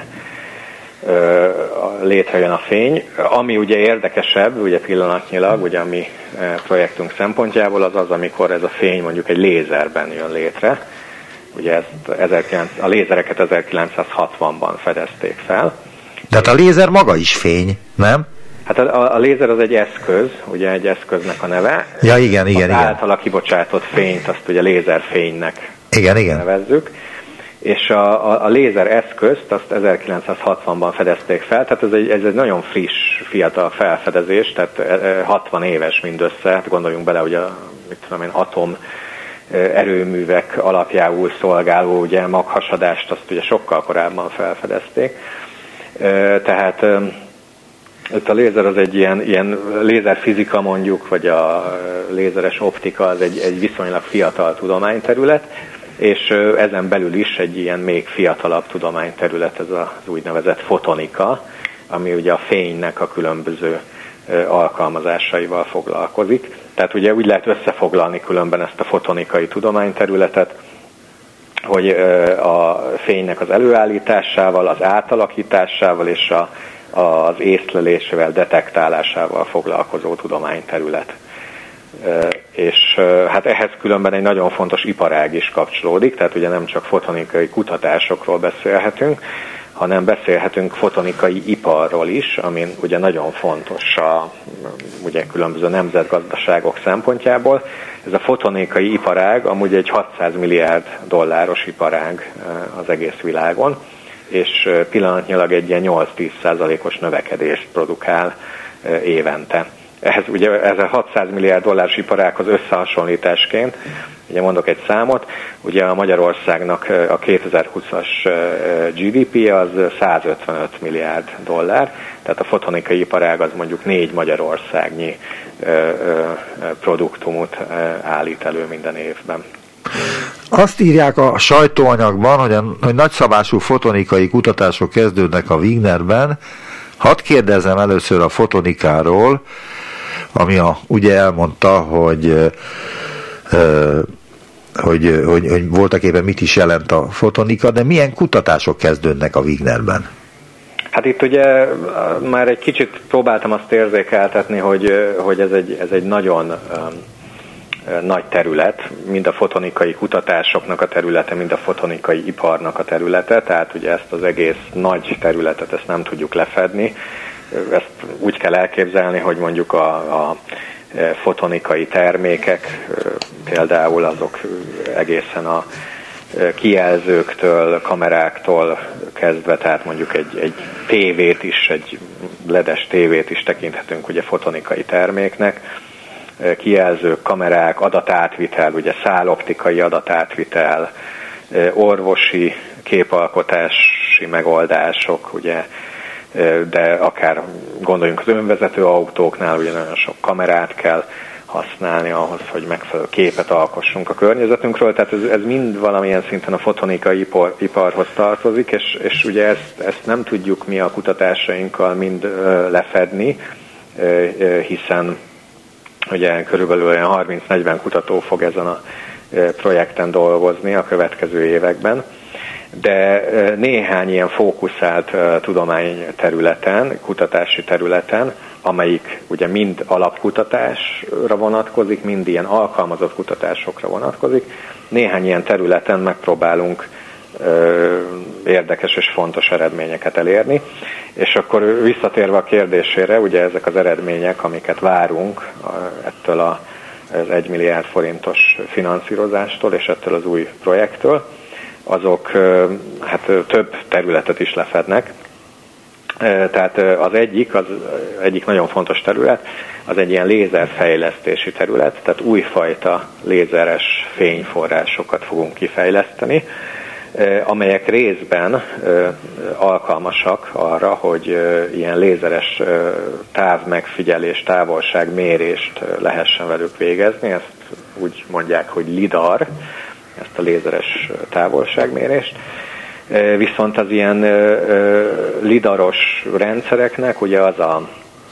ö, létrejön a fény. Ami ugye érdekesebb, ugye pillanatnyilag, ugye a mi projektünk szempontjából az az, amikor ez a fény mondjuk egy lézerben jön létre. Ugye ezt ezerkilencszáz, a lézereket ezerkilencszázhatvanban fedezték fel. Tehát a lézer maga is fény, nem? Hát a, a lézer az egy eszköz, ugye egy eszköznek a neve. Ja, igen, igen, az igen. általa kibocsátott fényt, azt ugye lézerfénynek igen, igen. nevezzük. És a, a, a lézer eszközt azt ezerkilencszázhatvanban fedezték fel, tehát ez egy, ez egy nagyon friss, fiatal felfedezés, tehát hatvan éves mindössze, hát gondoljunk bele, hogy a mit tudom én, atom erőművek alapjául szolgáló ugye maghasadást azt ugye sokkal korábban felfedezték. Tehát itt a lézer az egy ilyen, ilyen lézerfizika mondjuk, vagy a lézeres optika az egy, egy viszonylag fiatal tudományterület, és ezen belül is egy ilyen még fiatalabb tudományterület, ez az úgynevezett fotonika, ami ugye a fénynek a különböző alkalmazásaival foglalkozik. Tehát ugye úgy lehet összefoglalni különben ezt a fotonikai tudományterületet, hogy a fénynek az előállításával, az átalakításával és a, az észlelésével, detektálásával foglalkozó tudományterület. És hát ehhez különben egy nagyon fontos iparág is kapcsolódik, tehát ugye nem csak fotonikai kutatásokról beszélhetünk, hanem beszélhetünk fotonikai iparról is, ami ugye nagyon fontos a ugye különböző nemzetgazdaságok szempontjából. Ez a fotonikai iparág amúgy egy hatszáz milliárd dolláros iparág az egész világon, és pillanatnyilag egy ilyen nyolc-tíz százalékos növekedést produkál évente. Ehhez ugye ez a hatszáz milliárd dolláros iparághoz összehasonlításként, ugye mondok egy számot, ugye a Magyarországnak a kétezer-húszas gé dé pé az százötvenöt milliárd dollár, tehát a fotonikai iparág az mondjuk négy Magyarországnyi produktumot állít elő minden évben. Azt írják a sajtóanyagban, hogy, a, hogy nagyszabású fotonikai kutatások kezdődnek a Wignerben. Hadd kérdezzem először a fotonikáról, ami a, ugye elmondta, hogy, hogy, hogy, hogy voltak éppen mit is jelent a fotonika, de milyen kutatások kezdődnek a Wignerben? Hát itt ugye már egy kicsit próbáltam azt érzékeltetni, hogy, hogy ez, egy, ez egy nagyon um, nagy terület, mind a fotonikai kutatásoknak a területe, mind a fotonikai iparnak a területe, tehát ugye ezt az egész nagy területet ezt nem tudjuk lefedni. Ezt úgy kell elképzelni, hogy mondjuk a, a fotonikai termékek, például azok egészen a kijelzőktől, kameráktól kezdve, tehát mondjuk egy, egy tévét is, egy ledes tévét is tekinthetünk ugye fotonikai terméknek, kijelzők, kamerák, adatátvitel, ugye száloptikai adatátvitel, orvosi képalkotási megoldások, ugye, de akár gondoljunk az önvezető autóknál, ugye nagyon sok kamerát kell használni ahhoz, hogy megfelelő képet alkossunk a környezetünkről, tehát ez, ez mind valamilyen szinten a fotonikai ipar, iparhoz tartozik, és, és ugye ezt, ezt nem tudjuk mi a kutatásainkkal mind ö, lefedni, ö, ö, hiszen ugye körülbelül olyan harminc-negyven kutató fog ezen a projekten dolgozni a következő években, de néhány ilyen fókuszált tudományterületen, kutatási területen, amelyik ugye mind alapkutatásra vonatkozik, mind ilyen alkalmazott kutatásokra vonatkozik, néhány ilyen területen megpróbálunk érdekes és fontos eredményeket elérni. És akkor visszatérve a kérdésére, ugye ezek az eredmények, amiket várunk ettől a, az egy milliárd forintos finanszírozástól és ettől az új projektől, azok hát több területet is lefednek. Tehát az egyik, az egyik nagyon fontos terület, az egy ilyen lézerfejlesztési terület, tehát újfajta lézeres fényforrásokat fogunk kifejleszteni, amelyek részben alkalmasak arra, hogy ilyen lézeres távmegfigyelés, távolságmérést lehessen velük végezni. Ezt úgy mondják, hogy lidar, ezt a lézeres távolságmérést. Viszont az ilyen lidaros rendszereknek ugye az a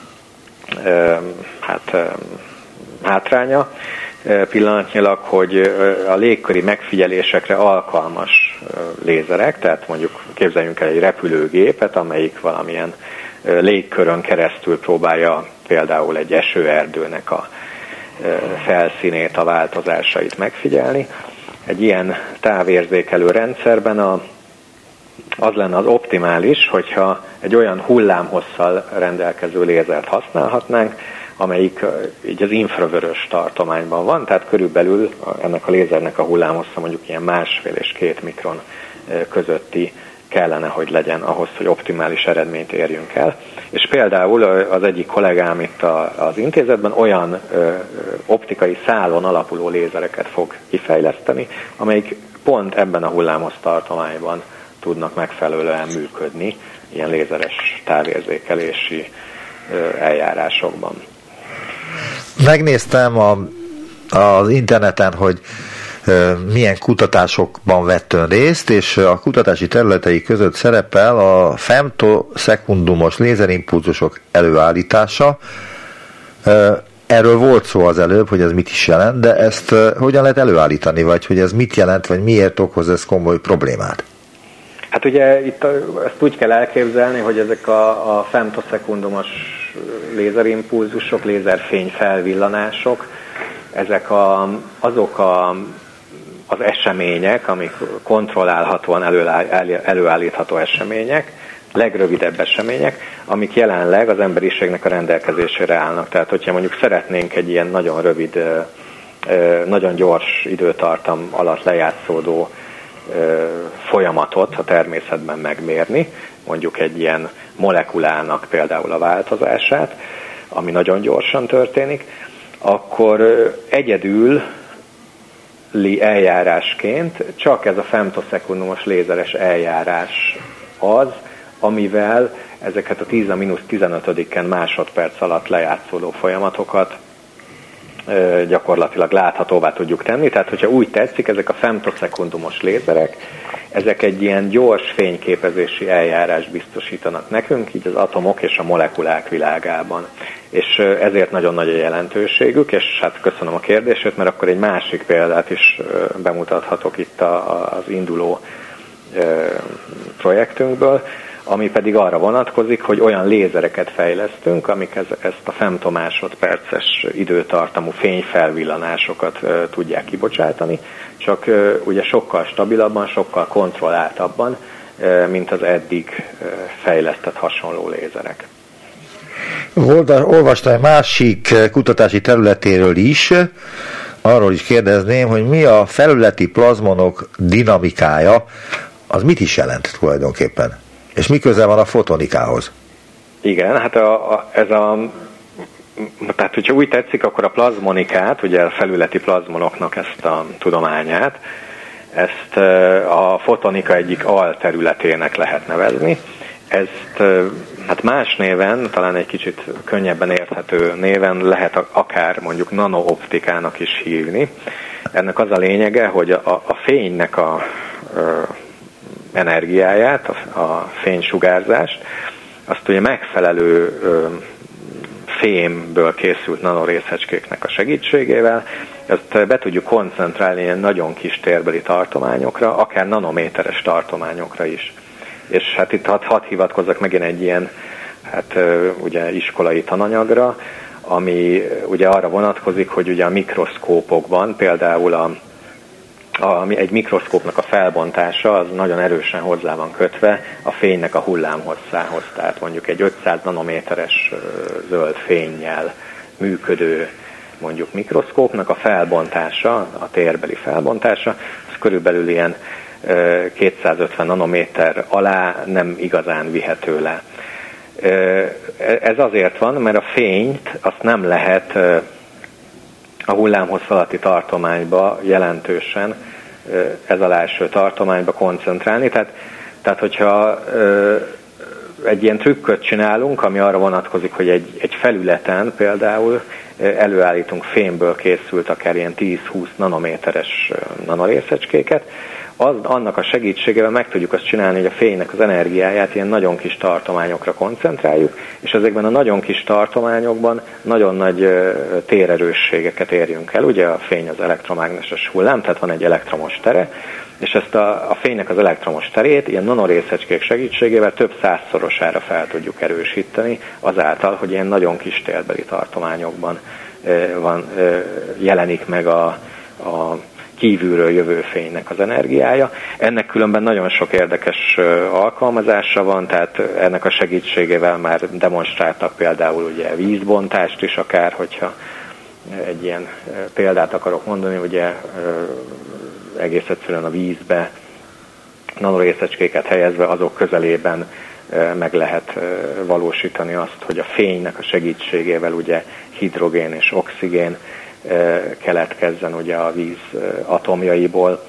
hát, hátránya pillanatnyilag, hogy a légköri megfigyelésekre alkalmas lézerek, tehát mondjuk képzeljünk el egy repülőgépet, amelyik valamilyen légkörön keresztül próbálja például egy esőerdőnek a felszínét, a változásait megfigyelni. Egy ilyen távérzékelő rendszerben a, az lenne az optimális, hogyha egy olyan hullámhosszal rendelkező lézert használhatnánk, amelyik így az infravörös tartományban van, tehát körülbelül ennek a lézernek a hullámhossza mondjuk ilyen másfél és két mikron közötti kellene, hogy legyen ahhoz, hogy optimális eredményt érjünk el. És például az egyik kollégám itt az intézetben olyan optikai szálon alapuló lézereket fog kifejleszteni, amelyik pont ebben a hullámhossz tartományban tudnak megfelelően működni ilyen lézeres távérzékelési eljárásokban. Megnéztem a, az interneten, hogy milyen kutatásokban vett ön részt, és a kutatási területei között szerepel a femtoszekundumos lézerimpulzusok előállítása. Erről volt szó az előbb, hogy ez mit is jelent, de ezt hogyan lehet előállítani, vagy hogy ez mit jelent, vagy miért okoz ez komoly problémát? Hát ugye itt ezt úgy kell elképzelni, hogy ezek a, a femtoszekundumos lézerimpulzusok, lézerfény felvillanások, ezek a, azok a, az események, amik kontrollálhatóan előállítható események, legrövidebb események, amik jelenleg az emberiségnek a rendelkezésére állnak. Tehát, hogyha mondjuk szeretnénk egy ilyen nagyon rövid, nagyon gyors időtartam alatt lejátszódó folyamatot a természetben megmérni, mondjuk egy ilyen molekulának például a változását, ami nagyon gyorsan történik, akkor egyedüli eljárásként csak ez a femtoszekundumos lézeres eljárás az, amivel ezeket a tíz a mínusz tizenötödiken másodperc alatt lejátszódó folyamatokat gyakorlatilag láthatóvá tudjuk tenni. Tehát, hogyha úgy tetszik, ezek a femtoszekundumos lézerek, ezek egy ilyen gyors fényképezési eljárás biztosítanak nekünk, így az atomok és a molekulák világában. És ezért nagyon nagy a jelentőségük, és hát köszönöm a kérdését, mert akkor egy másik példát is bemutathatok itt az induló projektünkből, ami pedig arra vonatkozik, hogy olyan lézereket fejlesztünk, amik ez, ezt a femtomásodperces időtartamú fényfelvillanásokat e, tudják kibocsátani, csak e, ugye sokkal stabilabban, sokkal kontrolláltabban, e, mint az eddig e, fejlesztett hasonló lézerek. Olvastam egy másik kutatási területéről is, arról is kérdezném, hogy mi a felületi plazmonok dinamikája, az mit is jelent tulajdonképpen? És mi köze van a fotonikához? Igen, hát a, a, ez a, tehát hogyha úgy tetszik, akkor a plazmonikát, ugye a felületi plazmonoknak ezt a tudományát, ezt a fotonika egyik alterületének lehet nevezni. Ezt hát más néven, talán egy kicsit könnyebben érthető néven lehet akár mondjuk nanooptikának is hívni. Ennek az a lényege, hogy a, a fénynek a, a energiáját, a, a fénysugárzást, azt ugye megfelelő ö, fémből készült nanorészecskéknek a segítségével ezt be tudjuk koncentrálni ilyen nagyon kis térbeli tartományokra, akár nanométeres tartományokra is. És hát itt hadd had hivatkozzak megint egy ilyen hát ugye iskolai tananyagra, ami ugye arra vonatkozik, hogy ugye a mikroszkópokban például a, a, egy mikroszkópnak a felbontása az nagyon erősen hozzá van kötve a fénynek a hullámhosszához. Tehát mondjuk egy ötszáz nanométeres zöld fénnyel működő mondjuk mikroszkópnak a felbontása, a térbeli felbontása, az körülbelül ilyen kétszázötven nanométer alá nem igazán vihető le. Ez azért van, mert a fényt azt nem lehet a hullámhossz alatti tartományba jelentősen, ez alá eső tartományba koncentrálni. Tehát, tehát hogyha egy ilyen trükköt csinálunk, ami arra vonatkozik, hogy egy, egy felületen például előállítunk fémből készült akár ilyen tíz-húsz nanométeres nanorészecskéket, az, annak a segítségével meg tudjuk azt csinálni, hogy a fénynek az energiáját ilyen nagyon kis tartományokra koncentráljuk, és ezekben a nagyon kis tartományokban nagyon nagy térerősségeket érjünk el. Ugye a fény az elektromágneses hullám, tehát van egy elektromos tere, és ezt a, a fénynek az elektromos terét ilyen nanorészecskék segítségével több százszorosára fel tudjuk erősíteni, azáltal, hogy ilyen nagyon kis térbeli tartományokban e, van, e, jelenik meg a, a kívülről jövő fénynek az energiája. Ennek különben nagyon sok érdekes alkalmazása van, tehát ennek a segítségével már demonstráltak például ugye vízbontást is, akár hogyha egy ilyen példát akarok mondani, ugye egész egyszerűen a vízbe nanorészecskéket helyezve azok közelében meg lehet valósítani azt, hogy a fénynek a segítségével ugye hidrogén és oxigén keletkezzen ugye a víz atomjaiból,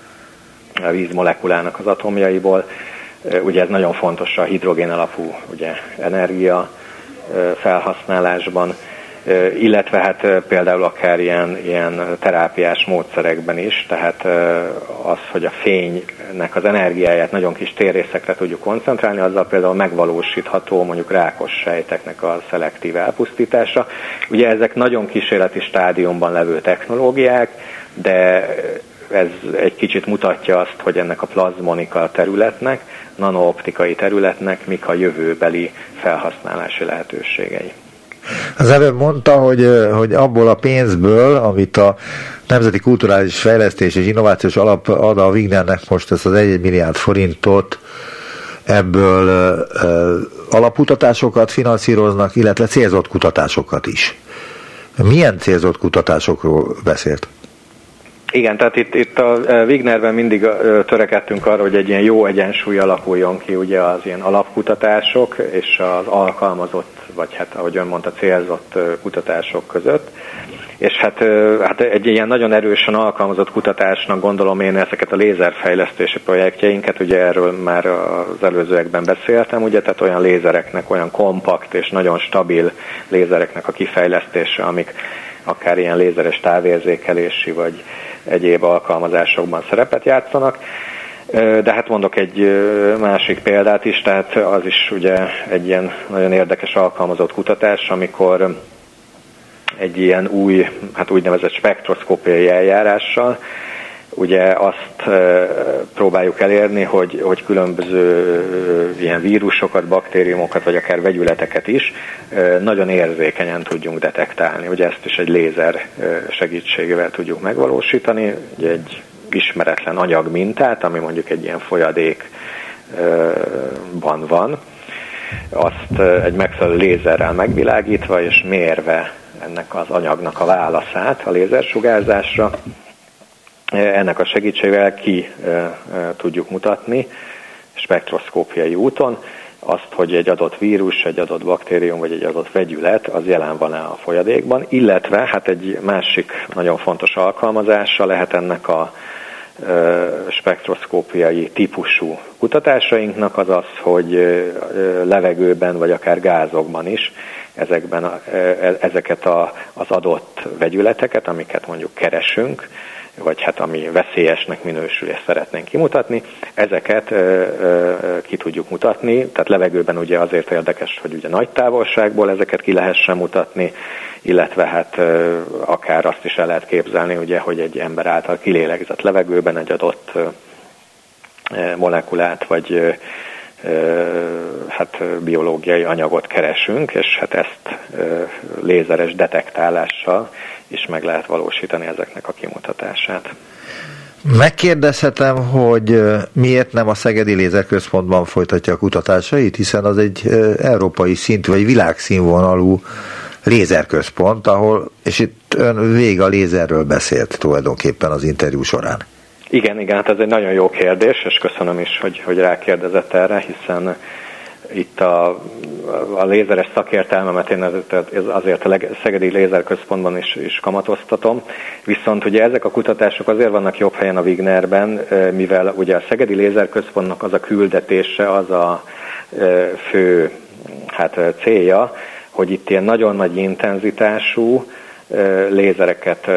a víz molekulának az atomjaiból. Ugye ez nagyon fontos a hidrogén alapú ugye, energia felhasználásban, illetve hát például akár ilyen, ilyen terápiás módszerekben is, tehát az, hogy a fénynek az energiáját nagyon kis térrészekre tudjuk koncentrálni, azzal például megvalósítható mondjuk rákos sejteknek a szelektív elpusztítása. Ugye ezek nagyon kísérleti stádiumban levő technológiák, de ez egy kicsit mutatja azt, hogy ennek a plazmonika területnek, nanooptikai területnek mik a jövőbeli felhasználási lehetőségei. Az előbb mondta, hogy, hogy abból a pénzből, amit a Nemzeti Kulturális Fejlesztés és Innovációs Alap ad a Wignernek most ezt az egy milliárd forintot, ebből ö, alapkutatásokat finanszíroznak, illetve célzott kutatásokat is. Milyen célzott kutatásokról beszélt? Igen, tehát itt, itt a Wignerben mindig törekedtünk arra, hogy egy ilyen jó egyensúly alakuljon ki ugye az ilyen alapkutatások és az alkalmazott, vagy hát ahogy ön mondta, célzott kutatások között. És hát, hát egy ilyen nagyon erősen alkalmazott kutatásnak gondolom én ezeket a lézerfejlesztési projektjeinket, ugye erről már az előzőekben beszéltem, ugye, tehát olyan lézereknek, olyan kompakt és nagyon stabil lézereknek a kifejlesztése, amik akár ilyen lézeres távérzékelési vagy egyéb alkalmazásokban szerepet játszanak. De hát mondok egy másik példát is, tehát az is ugye egy ilyen nagyon érdekes alkalmazott kutatás, amikor egy ilyen új, hát úgynevezett spektroszkópiai eljárással ugye azt próbáljuk elérni, hogy, hogy különböző ilyen vírusokat, baktériumokat, vagy akár vegyületeket is nagyon érzékenyen tudjunk detektálni. Ugye ezt is egy lézer segítségével tudjuk megvalósítani, ugye egy ismeretlen anyagmintát, ami mondjuk egy ilyen folyadékban van, azt egy megfelelő lézerrel megvilágítva és mérve ennek az anyagnak a válaszát a lézersugárzásra, ennek a segítségével ki tudjuk mutatni spektroszkópiai úton azt, hogy egy adott vírus, egy adott baktérium vagy egy adott vegyület az jelen van-e a folyadékban, illetve hát egy másik nagyon fontos alkalmazása lehet ennek a spektroszkópiai típusú kutatásainknak az az, hogy levegőben vagy akár gázokban is ezekben a, ezeket a, az adott vegyületeket, amiket mondjuk keresünk, vagy hát ami veszélyesnek minősül és szeretnénk kimutatni, ezeket ö, ö, ki tudjuk mutatni, tehát levegőben ugye azért érdekes, hogy ugye nagy távolságból ezeket ki lehessen mutatni, illetve hát ö, akár azt is el lehet képzelni, ugye, hogy egy ember által kilélegzett levegőben egy adott ö, molekulát, vagy ö, ö, hát biológiai anyagot keresünk, és hát ezt ö, lézeres detektálással is meg lehet valósítani ezeknek a kimutatását. Megkérdezhetem, hogy miért nem a Szegedi Lézerközpontban folytatja a kutatásait, hiszen az egy európai szintű, vagy világszínvonalú lézerközpont, ahol, és itt ön végig a lézerről beszélt tulajdonképpen az interjú során. Igen, igen, hát ez egy nagyon jó kérdés, és köszönöm is, hogy, hogy rákérdezett erre, hiszen itt a, a lézeres szakértelmemet én azért a Szegedi Lézerközpontban is, is kamatoztatom, viszont ugye ezek a kutatások azért vannak jobb helyen a Wignerben, mivel ugye a Szegedi Lézerközpontnak az a küldetése, az a fő hát, célja, hogy itt ilyen nagyon nagy intenzitású lézereket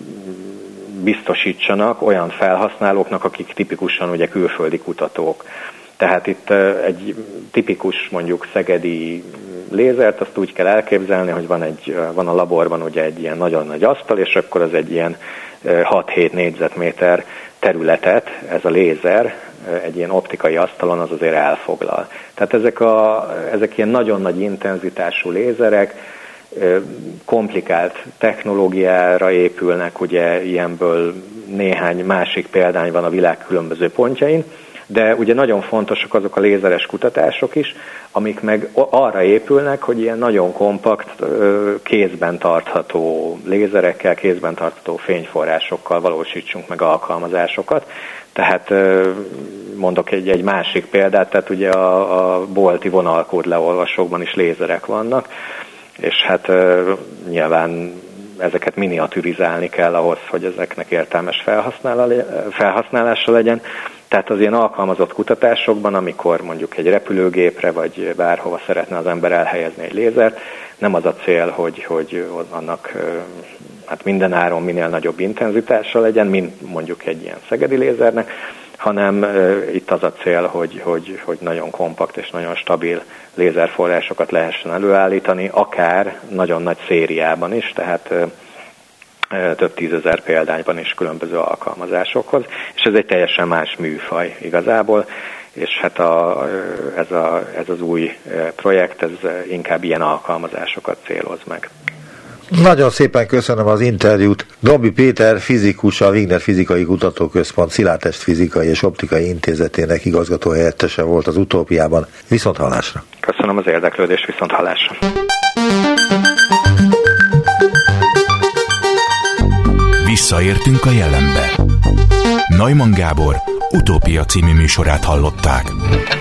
biztosítsanak olyan felhasználóknak, akik tipikusan ugye külföldi kutatók. Tehát itt egy tipikus mondjuk szegedi lézert, azt úgy kell elképzelni, hogy van, egy, van a laborban ugye egy ilyen nagyon nagy asztal, és akkor az egy ilyen hat-hét négyzetméter területet, ez a lézer, egy ilyen optikai asztalon az azért elfoglal. Tehát ezek, a, ezek ilyen nagyon nagy intenzitású lézerek, komplikált technológiára épülnek, ugye ilyenből néhány másik példány van a világ különböző pontjain, de ugye nagyon fontosak azok a lézeres kutatások is, amik meg arra épülnek, hogy ilyen nagyon kompakt, kézben tartható lézerekkel, kézben tartható fényforrásokkal valósítsunk meg alkalmazásokat. Tehát mondok egy, egy másik példát, tehát ugye a, a bolti vonalkód leolvasókban is lézerek vannak, és hát nyilván ezeket miniaturizálni kell ahhoz, hogy ezeknek értelmes felhasználása legyen. Tehát az ilyen alkalmazott kutatásokban, amikor mondjuk egy repülőgépre vagy bárhova szeretne az ember elhelyezni egy lézert, nem az a cél, hogy, hogy annak hát minden áron minél nagyobb intenzitása legyen, mint mondjuk egy ilyen szegedi lézernek, hanem itt az a cél, hogy, hogy, hogy nagyon kompakt és nagyon stabil lézerforrásokat lehessen előállítani, akár nagyon nagy szériában is, tehát több tízezer példányban is különböző alkalmazásokhoz, és ez egy teljesen más műfaj igazából, és hát a, ez, a, ez az új projekt, ez inkább ilyen alkalmazásokat céloz meg. Nagyon szépen köszönöm az interjút. Dombi Péter fizikus, a Wigner Fizikai Kutatóközpont Szilárdtest Fizikai és Optikai Intézetének igazgatóhelyettese volt az Utópiában. Viszont hallásra. Köszönöm az érdeklődést, viszont hallásra. Visszaértünk a jelenbe. Neumann Gábor Utópia című műsorát hallották.